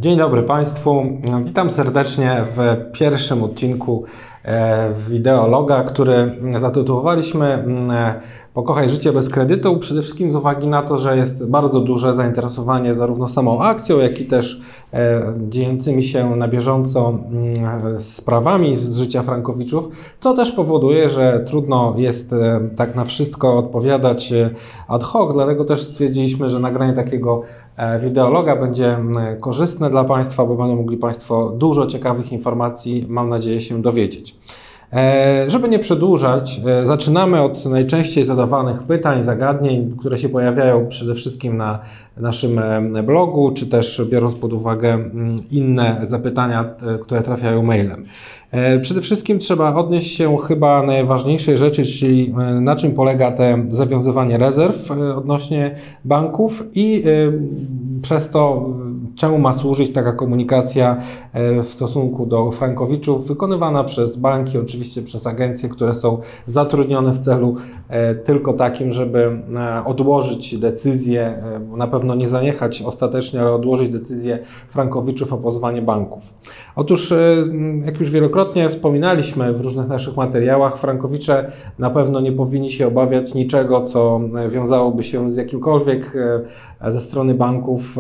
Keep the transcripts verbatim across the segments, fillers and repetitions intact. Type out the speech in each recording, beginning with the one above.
Dzień dobry Państwu. Witam serdecznie w pierwszym odcinku wideologa, który zatytułowaliśmy Pokochaj życie bez kredytu, przede wszystkim z uwagi na to, że jest bardzo duże zainteresowanie zarówno samą akcją, jak i też dziejącymi się na bieżąco sprawami z życia frankowiczów, co też powoduje, że trudno jest tak na wszystko odpowiadać ad hoc, dlatego też stwierdziliśmy, że nagranie takiego wideologa będzie korzystne dla Państwa, bo będą mogli Państwo dużo ciekawych informacji, mam nadzieję, się dowiedzieć. Żeby nie przedłużać, zaczynamy od najczęściej zadawanych pytań, zagadnień, które się pojawiają przede wszystkim na naszym blogu, czy też biorąc pod uwagę inne zapytania, które trafiają mailem. Przede wszystkim trzeba odnieść się chyba najważniejszej rzeczy, czyli na czym polega te zawiązywanie rezerw odnośnie banków i przez to czemu ma służyć taka komunikacja w stosunku do frankowiczów wykonywana przez banki, oczywiście przez agencje, które są zatrudnione w celu tylko takim, żeby odłożyć decyzję, na pewno nie zaniechać ostatecznie, ale odłożyć decyzję frankowiczów o pozwanie banków. Otóż, jak już wielokrotnie wspominaliśmy w różnych naszych materiałach, frankowicze na pewno nie powinni się obawiać niczego, co wiązałoby się z jakimkolwiek ze strony banków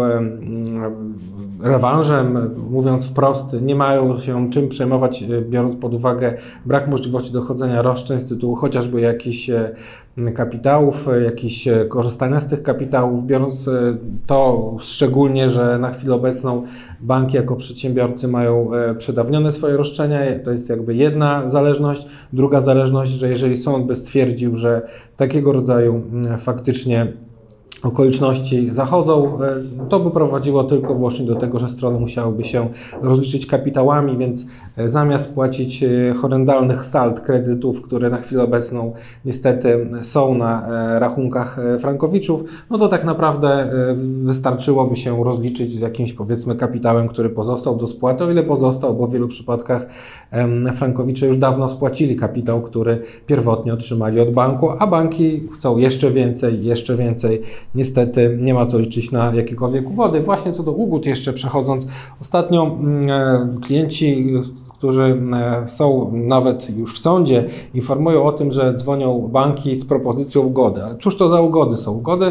rewanżem, mówiąc wprost, nie mają się czym przejmować, biorąc pod uwagę brak możliwości dochodzenia roszczeń z tytułu chociażby jakichś kapitałów, jakichś korzystania z tych kapitałów, biorąc to szczególnie, że na chwilę obecną banki jako przedsiębiorcy mają przedawnione swoje roszczenia, to jest jakby jedna zależność. Druga zależność, że jeżeli sąd by stwierdził, że takiego rodzaju faktycznie okoliczności zachodzą, to by prowadziło tylko i wyłącznie do tego, że strony musiałyby się rozliczyć kapitałami, więc zamiast płacić horrendalnych sald kredytów, które na chwilę obecną niestety są na rachunkach frankowiczów, no to tak naprawdę wystarczyłoby się rozliczyć z jakimś, powiedzmy, kapitałem, który pozostał do spłaty, o ile pozostał, bo w wielu przypadkach frankowicze już dawno spłacili kapitał, który pierwotnie otrzymali od banku, a banki chcą jeszcze więcej, jeszcze więcej. Niestety nie ma co liczyć na jakiekolwiek ugody. Właśnie co do ugód jeszcze przechodząc, ostatnio klienci, którzy są nawet już w sądzie, informują o tym, że dzwonią banki z propozycją ugody. Ale cóż to za ugody są? Ugody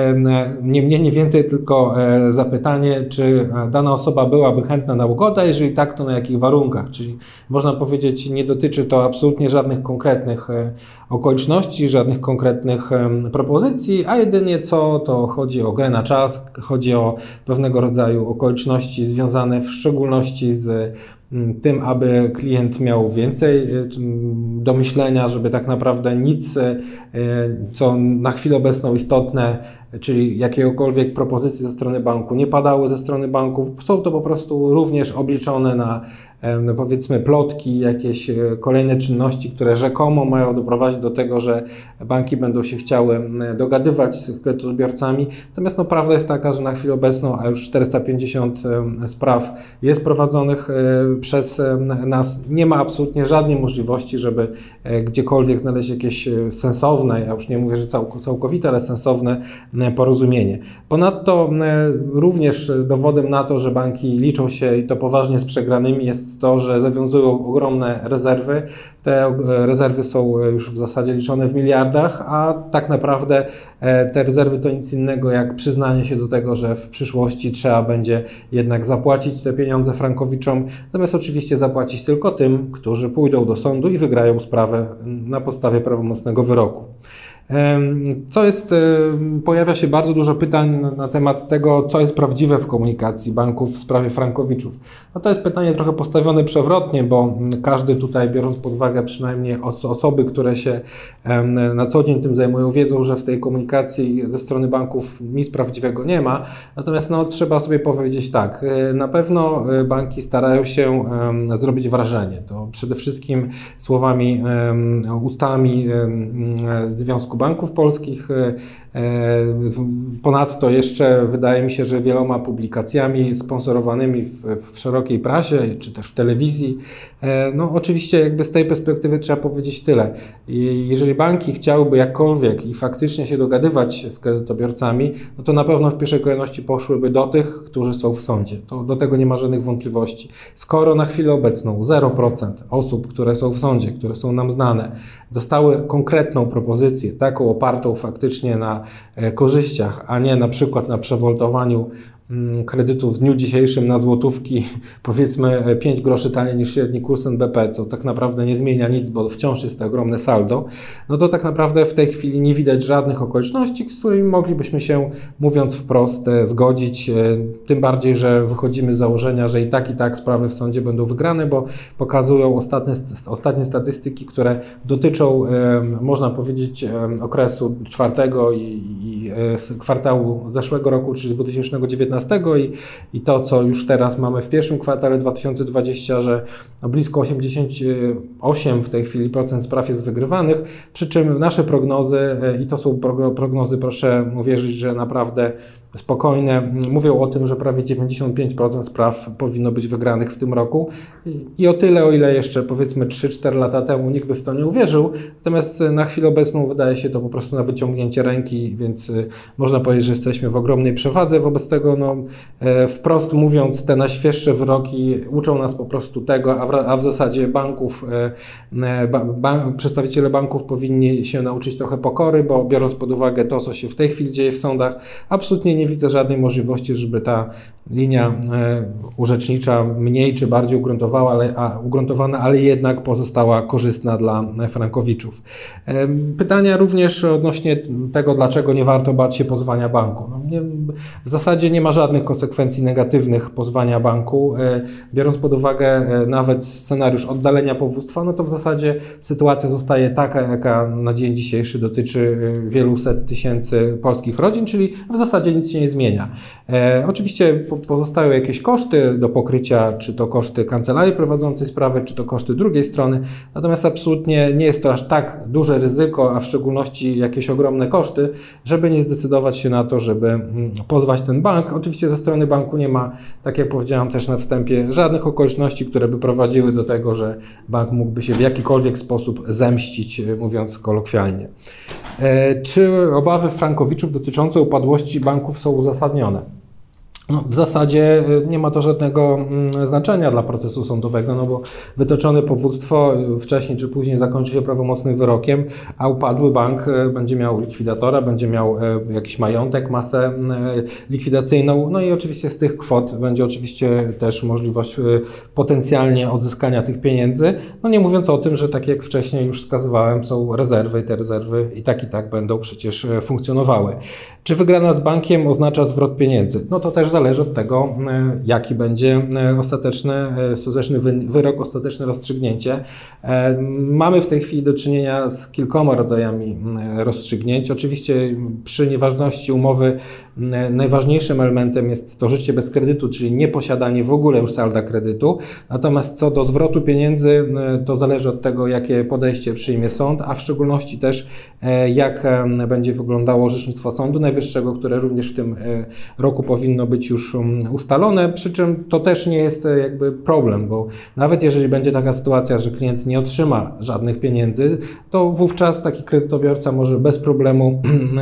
nie mniej, nie więcej, tylko zapytanie, czy dana osoba byłaby chętna na ugodę, jeżeli tak, to na jakich warunkach. Czyli można powiedzieć, nie dotyczy to absolutnie żadnych konkretnych okoliczności, żadnych konkretnych propozycji, a jedynie co, to chodzi o grę na czas, chodzi o pewnego rodzaju okoliczności związane w szczególności z tym, aby klient miał więcej do myślenia, żeby tak naprawdę nic, co na chwilę obecną istotne, czyli jakiegokolwiek propozycji ze strony banku nie padały ze strony banków. Są to po prostu również obliczone na, no powiedzmy, plotki, jakieś kolejne czynności, które rzekomo mają doprowadzić do tego, że banki będą się chciały dogadywać z kredytobiorcami. Natomiast no, prawda jest taka, że na chwilę obecną, a już czterysta pięćdziesiąt spraw jest prowadzonych przez nas, nie ma absolutnie żadnej możliwości, żeby gdziekolwiek znaleźć jakieś sensowne, ja już nie mówię, że całkowite, ale sensowne porozumienie. Ponadto również dowodem na to, że banki liczą się i to poważnie z przegranymi, jest to, że zawiązują ogromne rezerwy. Te rezerwy są już w zasadzie liczone w miliardach, a tak naprawdę te rezerwy to nic innego jak przyznanie się do tego, że w przyszłości trzeba będzie jednak zapłacić te pieniądze frankowiczom, natomiast oczywiście zapłacić tylko tym, którzy pójdą do sądu i wygrają sprawę na podstawie prawomocnego wyroku. Co jest, pojawia się bardzo dużo pytań na temat tego, co jest prawdziwe w komunikacji banków w sprawie frankowiczów. No to jest pytanie trochę postawione przewrotnie, bo każdy tutaj, biorąc pod uwagę przynajmniej osoby, które się na co dzień tym zajmują, wiedzą, że w tej komunikacji ze strony banków nic prawdziwego nie ma. Natomiast no, trzeba sobie powiedzieć tak, na pewno banki starają się zrobić wrażenie. To przede wszystkim słowami, ustami Związku Związku Banków Polskich. Ponadto jeszcze wydaje mi się, że wieloma publikacjami sponsorowanymi w, w szerokiej prasie, czy też w telewizji. No oczywiście jakby z tej perspektywy trzeba powiedzieć tyle. Jeżeli banki chciałyby jakkolwiek i faktycznie się dogadywać z kredytobiorcami, no to na pewno w pierwszej kolejności poszłyby do tych, którzy są w sądzie. To, do tego nie ma żadnych wątpliwości. Skoro na chwilę obecną zero procent osób, które są w sądzie, które są nam znane, dostały konkretną propozycję, taką opartą faktycznie na korzyściach, a nie na przykład na przewoltowaniu kredytu w dniu dzisiejszym na złotówki, powiedzmy pięć groszy taniej niż średni kurs N B P, co tak naprawdę nie zmienia nic, bo wciąż jest to ogromne saldo, no to tak naprawdę w tej chwili nie widać żadnych okoliczności, z którymi moglibyśmy się, mówiąc wprost, zgodzić, tym bardziej, że wychodzimy z założenia, że i tak, i tak sprawy w sądzie będą wygrane, bo pokazują ostatnie, ostatnie statystyki, które dotyczą, można powiedzieć, okresu czwartego i, i kwartału zeszłego roku, czyli dwa tysiące dziewiętnastego i, i to, co już teraz mamy w pierwszym kwartale dwa tysiące dwudziestego, że blisko osiemdziesiąt osiem w tej chwili procent spraw jest wygrywanych, przy czym nasze prognozy, i to są prognozy, proszę uwierzyć, że naprawdę spokojne, mówią o tym, że prawie dziewięćdziesiąt pięć procent spraw powinno być wygranych w tym roku i, i o tyle, o ile jeszcze powiedzmy trzy cztery lata temu nikt by w to nie uwierzył, natomiast na chwilę obecną wydaje się to po prostu na wyciągnięcie ręki, więc można powiedzieć, że jesteśmy w ogromnej przewadze. Wobec tego, no, wprost mówiąc, te najświeższe wyroki uczą nas po prostu tego, a w, a w zasadzie banków, ba, ba, przedstawiciele banków powinni się nauczyć trochę pokory, bo biorąc pod uwagę to, co się w tej chwili dzieje w sądach, absolutnie nie widzę żadnej możliwości, żeby ta linia urzecznicza mniej czy bardziej ugruntowała, ale, a, ugruntowana, ale jednak pozostała korzystna dla frankowiczów. Pytania również odnośnie tego, dlaczego nie warto bać się pozwania banku. No, nie, w zasadzie nie ma żadnych konsekwencji negatywnych pozwania banku. Biorąc pod uwagę nawet scenariusz oddalenia powództwa, no to w zasadzie sytuacja zostaje taka, jaka na dzień dzisiejszy dotyczy wielu set tysięcy polskich rodzin, czyli w zasadzie nic się nie zmienia. E, oczywiście pozostają jakieś koszty do pokrycia, czy to koszty kancelarii prowadzącej sprawy, czy to koszty drugiej strony, natomiast absolutnie nie jest to aż tak duże ryzyko, a w szczególności jakieś ogromne koszty, żeby nie zdecydować się na to, żeby pozwać ten bank. Oczywiście ze strony banku nie ma, tak jak powiedziałem też na wstępie, żadnych okoliczności, które by prowadziły do tego, że bank mógłby się w jakikolwiek sposób zemścić, mówiąc kolokwialnie. E, czy obawy frankowiczów dotyczące upadłości banków są uzasadnione? No, w zasadzie nie ma to żadnego znaczenia dla procesu sądowego, no bo wytoczone powództwo wcześniej czy później zakończy się prawomocnym wyrokiem, a upadły bank będzie miał likwidatora, będzie miał jakiś majątek, masę likwidacyjną, no i oczywiście z tych kwot będzie oczywiście też możliwość potencjalnie odzyskania tych pieniędzy, no nie mówiąc o tym, że tak jak wcześniej już wskazywałem, są rezerwy i te rezerwy i tak i tak będą przecież funkcjonowały. Czy wygrana z bankiem oznacza zwrot pieniędzy? No to też zależy od tego, jaki będzie ostateczny, ostateczny wyrok, ostateczne rozstrzygnięcie. Mamy w tej chwili do czynienia z kilkoma rodzajami rozstrzygnięć. Oczywiście przy nieważności umowy najważniejszym elementem jest to życie bez kredytu, czyli nieposiadanie w ogóle już salda kredytu. Natomiast co do zwrotu pieniędzy, to zależy od tego, jakie podejście przyjmie sąd, a w szczególności też jak będzie wyglądało orzecznictwo Sądu Najwyższego, które również w tym roku powinno być już ustalone, przy czym to też nie jest jakby problem, bo nawet jeżeli będzie taka sytuacja, że klient nie otrzyma żadnych pieniędzy, to wówczas taki kredytobiorca może bez problemu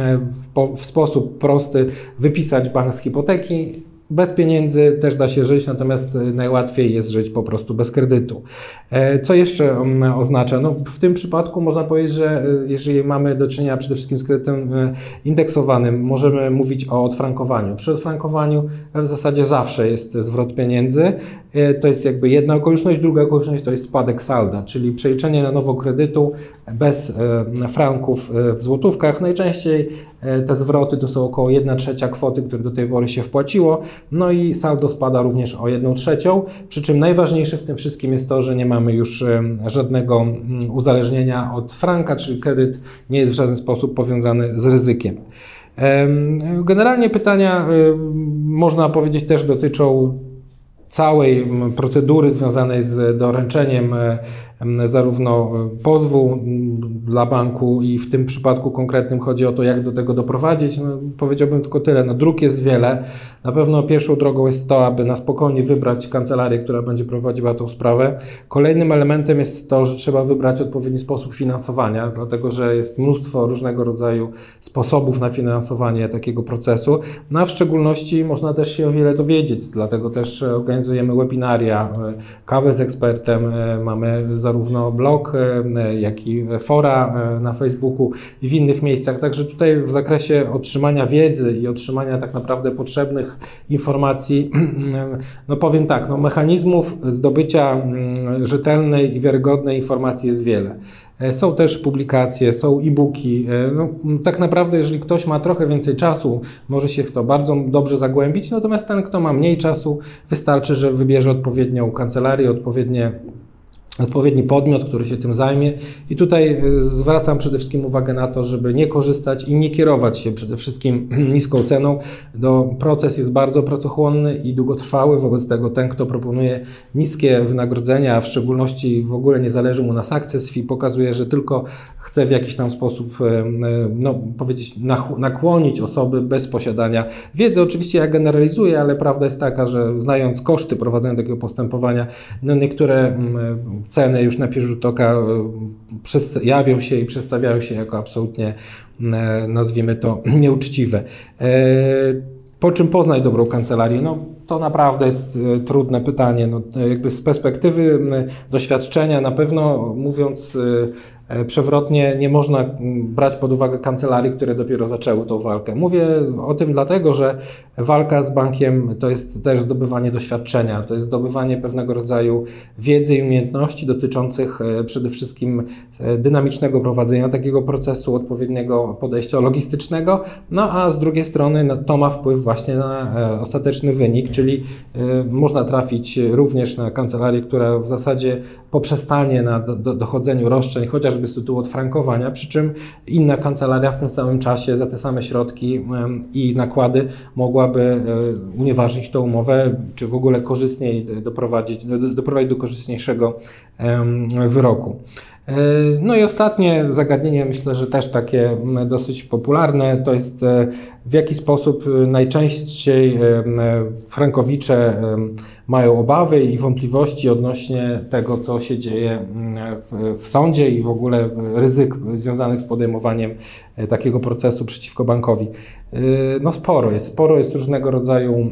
w, w sposób prosty wypisać bank z hipoteki. Bez pieniędzy też da się żyć, natomiast najłatwiej jest żyć po prostu bez kredytu. Co jeszcze oznacza? No, w tym przypadku można powiedzieć, że jeżeli mamy do czynienia przede wszystkim z kredytem indeksowanym, możemy mówić o odfrankowaniu. Przy odfrankowaniu w zasadzie zawsze jest zwrot pieniędzy. To jest jakby jedna okoliczność. Druga okoliczność to jest spadek salda, czyli przeliczenie na nowo kredytu bez franków w złotówkach. Najczęściej te zwroty to są około jedna trzecia kwoty, które do tej pory się wpłaciło. No i saldo spada również o jedną trzecią, przy czym najważniejsze w tym wszystkim jest to, że nie mamy już żadnego uzależnienia od franka, czyli kredyt nie jest w żaden sposób powiązany z ryzykiem. Generalnie pytania, można powiedzieć, też dotyczą całej procedury związanej z doręczeniem zarówno pozwu dla banku i w tym przypadku konkretnym chodzi o to, jak do tego doprowadzić. No, powiedziałbym tylko tyle, no, dróg jest wiele. Na pewno pierwszą drogą jest to, aby na spokojnie wybrać kancelarię, która będzie prowadziła tą sprawę. Kolejnym elementem jest to, że trzeba wybrać odpowiedni sposób finansowania, dlatego że jest mnóstwo różnego rodzaju sposobów na finansowanie takiego procesu. No a w szczególności można też się o wiele dowiedzieć, dlatego też organizujemy webinaria, kawę z ekspertem, mamy zarówno blog, jak i fora na Facebooku i w innych miejscach. Także tutaj w zakresie otrzymania wiedzy i otrzymania tak naprawdę potrzebnych informacji, no powiem tak, no mechanizmów zdobycia rzetelnej i wiarygodnej informacji jest wiele. Są też publikacje, są e-booki. No, tak naprawdę, jeżeli ktoś ma trochę więcej czasu, może się w to bardzo dobrze zagłębić, natomiast ten, kto ma mniej czasu, wystarczy, że wybierze odpowiednią kancelarię, odpowiednie odpowiedni podmiot, który się tym zajmie. I tutaj zwracam przede wszystkim uwagę na to, żeby nie korzystać i nie kierować się przede wszystkim niską ceną. Do, proces jest bardzo pracochłonny i długotrwały, wobec tego ten, kto proponuje niskie wynagrodzenia, a w szczególności w ogóle nie zależy mu na success fee, pokazuje, że tylko chce w jakiś tam sposób, no powiedzieć, nakłonić osoby bez posiadania wiedzy. Oczywiście ja generalizuję, ale prawda jest taka, że znając koszty prowadzenia takiego postępowania, no niektóre ceny już na pierwszy rzut oka jawią się i przedstawiają się jako absolutnie, nazwijmy to, nieuczciwe. Po czym poznać dobrą kancelarię? No, to naprawdę jest trudne pytanie. No, jakby z perspektywy doświadczenia na pewno, mówiąc przewrotnie, nie można brać pod uwagę kancelarii, które dopiero zaczęły tą walkę. Mówię o tym dlatego, że walka z bankiem to jest też zdobywanie doświadczenia, to jest zdobywanie pewnego rodzaju wiedzy i umiejętności dotyczących przede wszystkim dynamicznego prowadzenia takiego procesu, odpowiedniego podejścia logistycznego, no a z drugiej strony to ma wpływ właśnie na ostateczny wynik, czyli można trafić również na kancelarię, która w zasadzie poprzestanie na dochodzeniu roszczeń, chociaż z tytułu odfrankowania, przy czym inna kancelaria w tym samym czasie za te same środki i nakłady mogłaby unieważnić tą umowę, czy w ogóle korzystniej doprowadzić, doprowadzić do korzystniejszego wyroku. No i ostatnie zagadnienie, myślę, że też takie dosyć popularne, to jest w jaki sposób najczęściej frankowicze mają obawy i wątpliwości odnośnie tego, co się dzieje w, w sądzie i w ogóle ryzyk związanych z podejmowaniem takiego procesu przeciwko bankowi. No sporo jest, sporo jest różnego rodzaju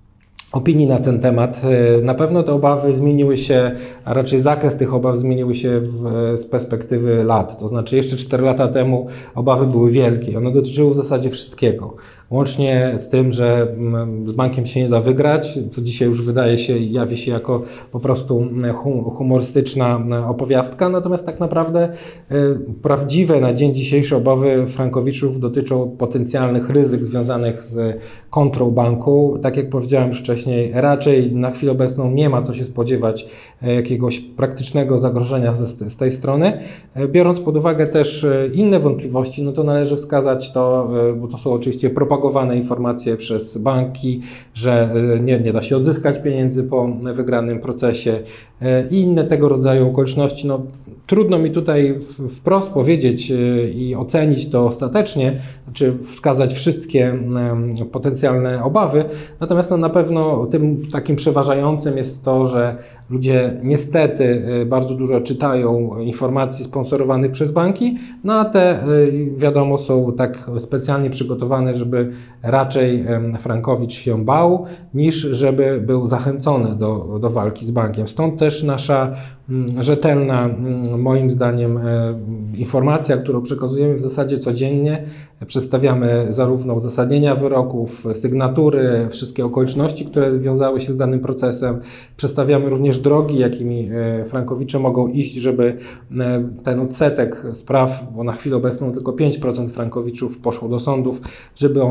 opinii na ten temat. Na pewno te obawy zmieniły się, a raczej zakres tych obaw zmieniły się w, z perspektywy lat. To znaczy jeszcze cztery lata temu obawy były wielkie. One dotyczyły w zasadzie wszystkiego. Łącznie z tym, że z bankiem się nie da wygrać, co dzisiaj już wydaje się i jawi się jako po prostu humorystyczna opowiastka. Natomiast tak naprawdę prawdziwe na dzień dzisiejszy obawy frankowiczów dotyczą potencjalnych ryzyk związanych z kontrą banku. Tak jak powiedziałem już wcześniej, raczej na chwilę obecną nie ma co się spodziewać jakiegoś praktycznego zagrożenia z, z tej strony. Biorąc pod uwagę też inne wątpliwości, no to należy wskazać to, bo to są oczywiście propagowane informacje przez banki, że nie, nie da się odzyskać pieniędzy po wygranym procesie i inne tego rodzaju okoliczności. No, trudno mi tutaj wprost powiedzieć i ocenić to ostatecznie, czy wskazać wszystkie potencjalne obawy, natomiast no, na pewno tym takim przeważającym jest to, że ludzie niestety bardzo dużo czytają informacji sponsorowanych przez banki, no a te wiadomo są tak specjalnie przygotowane, żeby raczej frankowicz się bał, niż żeby był zachęcony do, do walki z bankiem. Stąd też nasza rzetelna, moim zdaniem, informacja, którą przekazujemy w zasadzie codziennie. Przedstawiamy zarówno uzasadnienia wyroków, sygnatury, wszystkie okoliczności, które związały się z danym procesem. Przedstawiamy również drogi, jakimi frankowicze mogą iść, żeby ten odsetek spraw, bo na chwilę obecną tylko pięć procent frankowiczów poszło do sądów, żeby on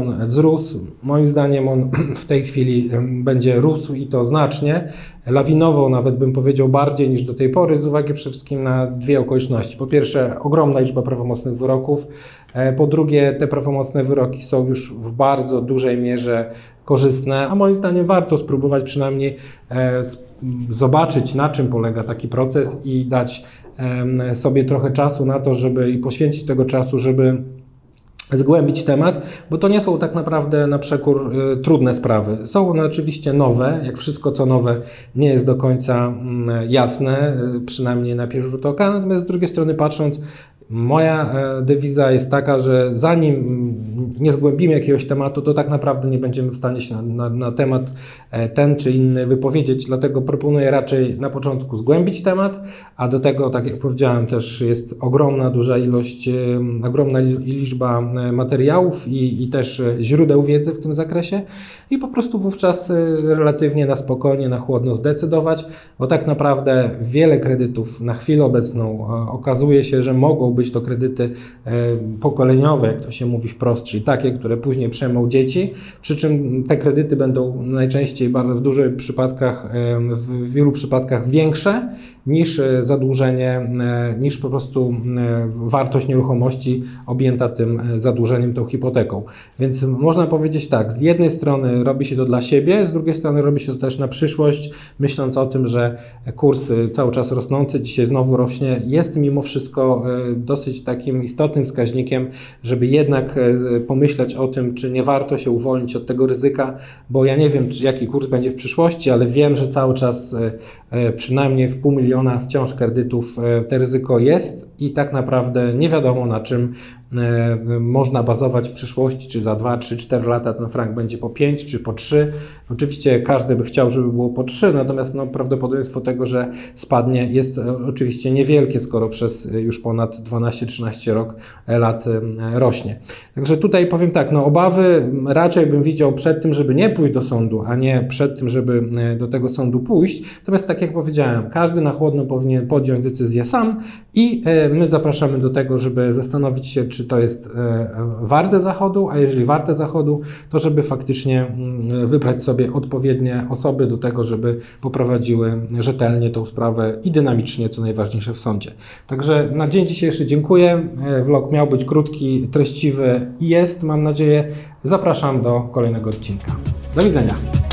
on wzrósł. Moim zdaniem on w tej chwili będzie rósł i to znacznie, lawinowo nawet bym powiedział bardziej niż do tej pory, z uwagi przede wszystkim na dwie okoliczności. Po pierwsze, ogromna liczba prawomocnych wyroków. Po drugie, te prawomocne wyroki są już w bardzo dużej mierze korzystne, a moim zdaniem warto spróbować przynajmniej e, zobaczyć, na czym polega taki proces i dać e, sobie trochę czasu na to, żeby i poświęcić tego czasu, żeby zgłębić temat, bo to nie są tak naprawdę na przekór y, trudne sprawy. Są one oczywiście nowe, jak wszystko co nowe nie jest do końca y, jasne, y, przynajmniej na pierwszy rzut oka, natomiast z drugiej strony patrząc, moja dewiza jest taka, że zanim nie zgłębimy jakiegoś tematu, to tak naprawdę nie będziemy w stanie się na, na, na temat ten czy inny wypowiedzieć, dlatego proponuję raczej na początku zgłębić temat, a do tego, tak jak powiedziałem, też jest ogromna, duża ilość, ogromna liczba materiałów i, i też źródeł wiedzy w tym zakresie i po prostu wówczas relatywnie na spokojnie, na chłodno zdecydować, bo tak naprawdę wiele kredytów na chwilę obecną okazuje się, że mogą być to kredyty pokoleniowe, jak to się mówi wprost, czyli takie, które później przejmą dzieci, przy czym te kredyty będą najczęściej bardzo w dużych przypadkach, w wielu przypadkach większe niż zadłużenie, niż po prostu wartość nieruchomości objęta tym zadłużeniem, tą hipoteką. Więc można powiedzieć tak, z jednej strony robi się to dla siebie, z drugiej strony robi się to też na przyszłość, myśląc o tym, że kurs cały czas rosnący, dzisiaj znowu rośnie, jest mimo wszystko dosyć takim istotnym wskaźnikiem, żeby jednak pomyśleć o tym, czy nie warto się uwolnić od tego ryzyka, bo ja nie wiem, czy jaki kurs będzie w przyszłości, ale wiem, że cały czas przynajmniej w pół miliona wciąż kredytów to ryzyko jest i tak naprawdę nie wiadomo, na czym można bazować w przyszłości, czy za dwa, trzy, cztery lata ten frank będzie po pięć, czy po trzy. Oczywiście każdy by chciał, żeby było po trzy, natomiast no, prawdopodobieństwo tego, że spadnie, jest oczywiście niewielkie, skoro przez już ponad dwanaście trzynaście rok, lat rośnie. Także tutaj powiem tak, no obawy raczej bym widział przed tym, żeby nie pójść do sądu, a nie przed tym, żeby do tego sądu pójść. Natomiast tak jak powiedziałem, każdy na chłodno powinien podjąć decyzję sam i my zapraszamy do tego, żeby zastanowić się, czy to jest warte zachodu, a jeżeli warte zachodu, to żeby faktycznie wybrać sobie odpowiednie osoby do tego, żeby poprowadziły rzetelnie tą sprawę i dynamicznie, co najważniejsze w sądzie. Także na dzień dzisiejszy dziękuję. Vlog miał być krótki, treściwy i jest, mam nadzieję. Zapraszam do kolejnego odcinka. Do widzenia.